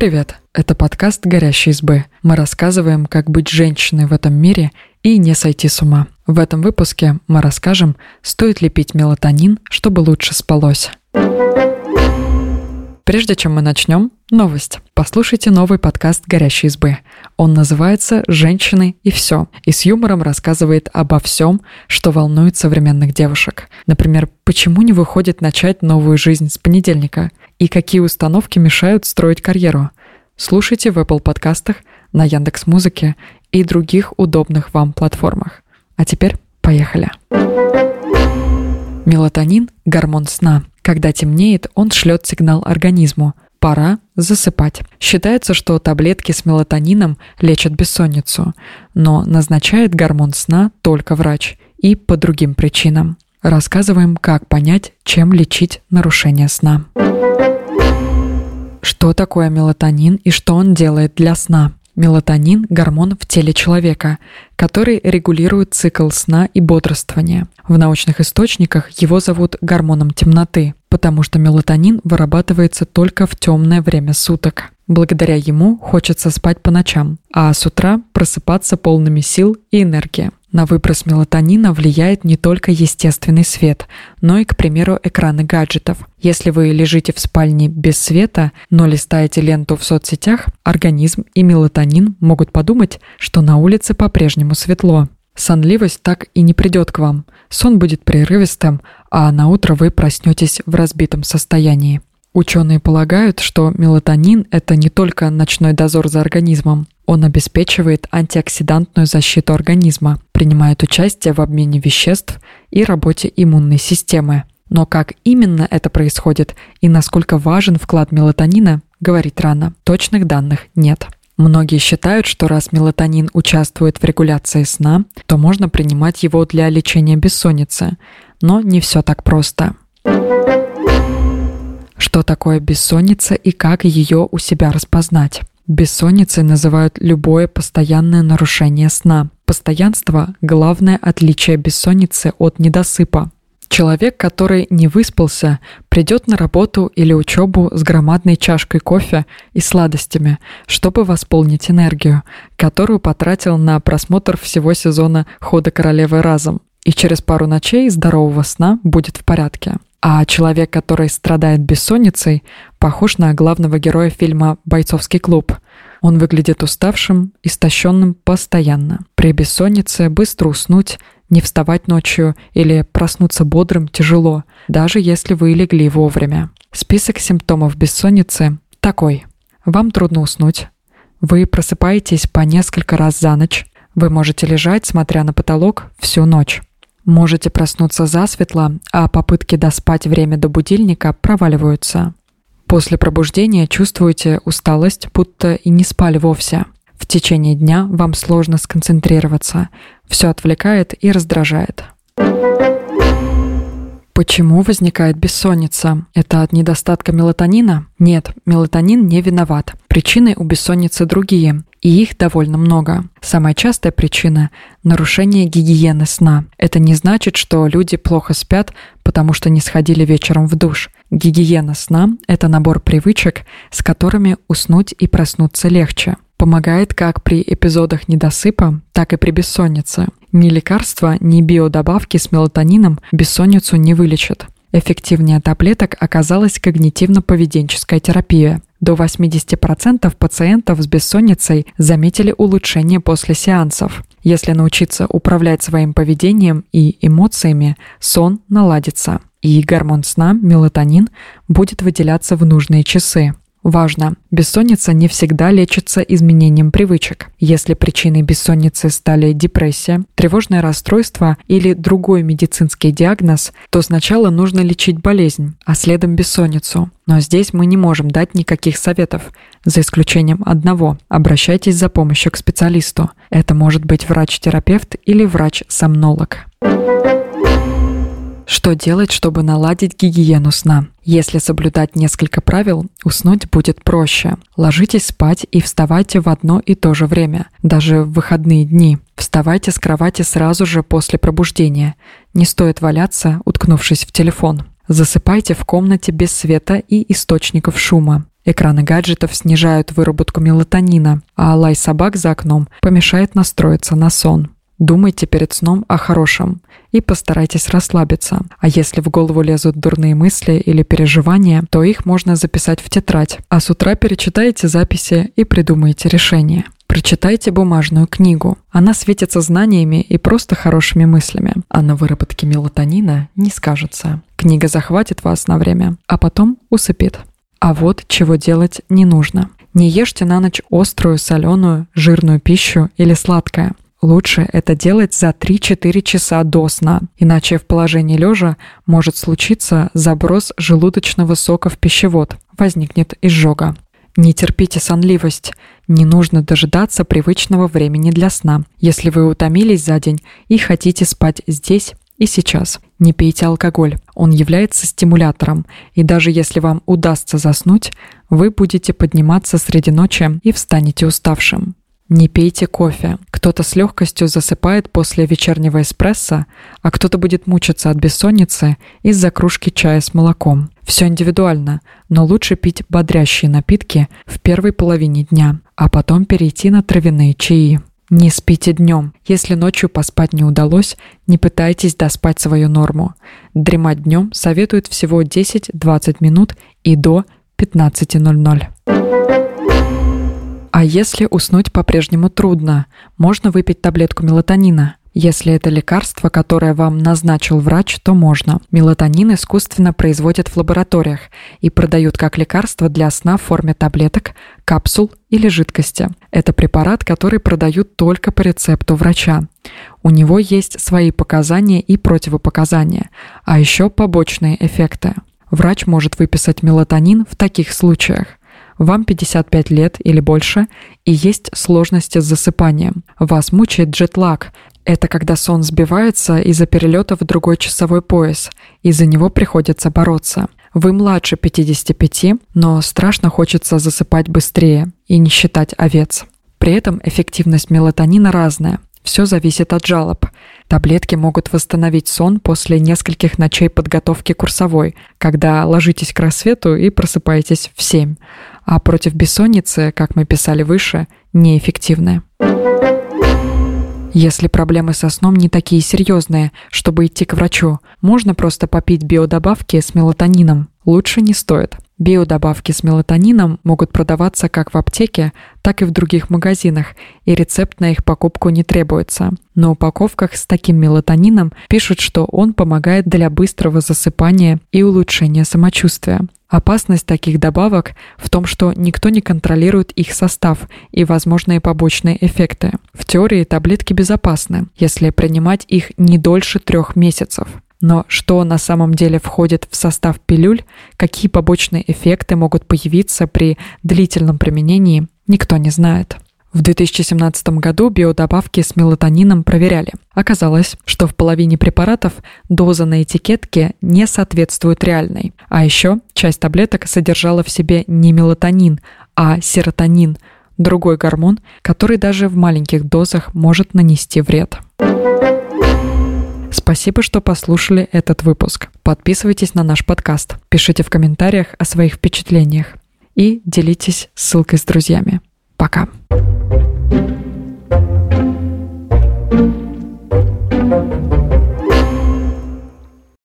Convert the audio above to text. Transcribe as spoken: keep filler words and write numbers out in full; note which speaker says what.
Speaker 1: Привет! Это подкаст «Горящие избы». Мы рассказываем, как быть женщиной в этом мире и не сойти с ума. В этом выпуске мы расскажем, стоит ли пить мелатонин, чтобы лучше спалось. Прежде чем мы начнем, новость. Послушайте новый подкаст «Горящие избы». Он называется «Женщины и все» и с юмором рассказывает обо всем, что волнует современных девушек. Например, почему не выходит начать новую жизнь с понедельника и какие установки мешают строить карьеру. Слушайте в Apple подкастах, на Яндекс.Музыке и других удобных вам платформах. А теперь поехали. Мелатонин – гормон сна. Когда темнеет, он шлет сигнал организму – пора засыпать. Считается, что таблетки с мелатонином лечат бессонницу, но назначает гормон сна только врач и по другим причинам. Рассказываем, как понять, чем лечить нарушение сна. Что такое мелатонин и что он делает для сна? Мелатонин – гормон в теле человека, который регулирует цикл сна и бодрствования. В научных источниках его зовут гормоном темноты, потому что мелатонин вырабатывается только в темное время суток. Благодаря ему хочется спать по ночам, а с утра просыпаться полными сил и энергии. На выброс мелатонина влияет не только естественный свет, но и, к примеру, экраны гаджетов. Если вы лежите в спальне без света, но листаете ленту в соцсетях, организм и мелатонин могут подумать, что на улице по-прежнему светло. Сонливость так и не придет к вам. Сон будет прерывистым, а на утро вы проснетесь в разбитом состоянии. Ученые полагают, что мелатонин – это не только ночной дозор за организмом. Он обеспечивает антиоксидантную защиту организма, принимает участие в обмене веществ и работе иммунной системы. Но как именно это происходит и насколько важен вклад мелатонина, говорить рано. Точных данных нет. Многие считают, что раз мелатонин участвует в регуляции сна, то можно принимать его для лечения бессонницы. Но не все так просто. Что такое бессонница и как ее у себя распознать? Бессонницей называют любое постоянное нарушение сна. Постоянство – главное отличие бессонницы от недосыпа. Человек, который не выспался, придет на работу или учебу с громадной чашкой кофе и сладостями, чтобы восполнить энергию, которую потратил на просмотр всего сезона «Хода королевы разом». И через пару ночей здорового сна будет в порядке. А человек, который страдает бессонницей, похож на главного героя фильма «Бойцовский клуб». Он выглядит уставшим, истощенным постоянно. При бессоннице быстро уснуть, не вставать ночью или проснуться бодрым тяжело, даже если вы легли вовремя. Список симптомов бессонницы такой. Вам трудно уснуть. Вы просыпаетесь по несколько раз за ночь. Вы можете лежать, смотря на потолок, всю ночь. Можете проснуться засветло, а попытки доспать время до будильника проваливаются. После пробуждения чувствуете усталость, будто и не спали вовсе. В течение дня вам сложно сконцентрироваться. Все отвлекает и раздражает. Почему возникает бессонница? Это от недостатка мелатонина? Нет, мелатонин не виноват. Причины у бессонницы другие, и их довольно много. Самая частая причина – нарушение гигиены сна. Это не значит, что люди плохо спят, потому что не сходили вечером в душ. Гигиена сна – это набор привычек, с которыми уснуть и проснуться легче. Помогает как при эпизодах недосыпа, так и при бессоннице. Ни лекарства, ни биодобавки с мелатонином бессонницу не вылечат. Эффективнее таблеток оказалась когнитивно-поведенческая терапия. До восемьдесят процентов пациентов с бессонницей заметили улучшение после сеансов. Если научиться управлять своим поведением и эмоциями, сон наладится, и гормон сна, мелатонин, будет выделяться в нужные часы. Важно! Бессонница не всегда лечится изменением привычек. Если причиной бессонницы стали депрессия, тревожное расстройство или другой медицинский диагноз, то сначала нужно лечить болезнь, а следом бессонницу. Но здесь мы не можем дать никаких советов, за исключением одного – обращайтесь за помощью к специалисту. Это может быть врач-терапевт или врач-сомнолог. Что делать, чтобы наладить гигиену сна? Если соблюдать несколько правил, уснуть будет проще. Ложитесь спать и вставайте в одно и то же время, даже в выходные дни. Вставайте с кровати сразу же после пробуждения. Не стоит валяться, уткнувшись в телефон. Засыпайте в комнате без света и источников шума. Экраны гаджетов снижают выработку мелатонина, а лай собак за окном помешает настроиться на сон. Думайте перед сном о хорошем и постарайтесь расслабиться. А если в голову лезут дурные мысли или переживания, то их можно записать в тетрадь. А с утра перечитайте записи и придумайте решение. Прочитайте бумажную книгу. Она светится знаниями и просто хорошими мыслями. А на выработке мелатонина не скажется. Книга захватит вас на время, а потом усыпит. А вот чего делать не нужно. Не ешьте на ночь острую, соленую, жирную пищу или сладкое. Лучше это делать за три-четыре часа до сна, иначе в положении лежа может случиться заброс желудочного сока в пищевод, возникнет изжога. Не терпите сонливость. Не нужно дожидаться привычного времени для сна, если вы утомились за день и хотите спать здесь и сейчас. Не пейте алкоголь. Он является стимулятором, и даже если вам удастся заснуть, вы будете подниматься среди ночи и встанете уставшим. Не пейте кофе. Кто-то с легкостью засыпает после вечернего эспрессо, а кто-то будет мучиться от бессонницы из-за кружки чая с молоком. Все индивидуально, но лучше пить бодрящие напитки в первой половине дня, а потом перейти на травяные чаи. Не спите днем. Если ночью поспать не удалось, не пытайтесь доспать свою норму. Дремать днем советуют всего десять-двадцать минут и до пятнадцати ноль-ноль. А если уснуть по-прежнему трудно, можно выпить таблетку мелатонина. Если это лекарство, которое вам назначил врач, то можно. Мелатонин искусственно производят в лабораториях и продают как лекарство для сна в форме таблеток, капсул или жидкости. Это препарат, который продают только по рецепту врача. У него есть свои показания и противопоказания, а еще побочные эффекты. Врач может выписать мелатонин в таких случаях. Вам пятьдесят пять лет или больше, и есть сложности с засыпанием. Вас мучает джетлаг. Это когда сон сбивается из-за перелета в другой часовой пояс, и за него приходится бороться. Вы младше пятидесяти пяти, но страшно хочется засыпать быстрее и не считать овец. При этом эффективность мелатонина разная. Все зависит от жалоб. Таблетки могут восстановить сон после нескольких ночей подготовки курсовой, когда ложитесь к рассвету и просыпаетесь в семь. А против бессонницы, как мы писали выше, неэффективны. Если проблемы со сном не такие серьезные, чтобы идти к врачу, можно просто попить биодобавки с мелатонином. Лучше не стоит. Биодобавки с мелатонином могут продаваться как в аптеке, так и в других магазинах, и рецепт на их покупку не требуется. На упаковках с таким мелатонином пишут, что он помогает для быстрого засыпания и улучшения самочувствия. Опасность таких добавок в том, что никто не контролирует их состав и возможные побочные эффекты. В теории таблетки безопасны, если принимать их не дольше трех месяцев. Но что на самом деле входит в состав пилюль, какие побочные эффекты могут появиться при длительном применении, никто не знает. В две тысячи семнадцатом году биодобавки с мелатонином проверяли. Оказалось, что в половине препаратов доза на этикетке не соответствует реальной. А еще часть таблеток содержала в себе не мелатонин, а серотонин, другой гормон, который даже в маленьких дозах может нанести вред. Спасибо, что послушали этот выпуск. Подписывайтесь на наш подкаст, пишите в комментариях о своих впечатлениях и делитесь ссылкой с друзьями. Пока.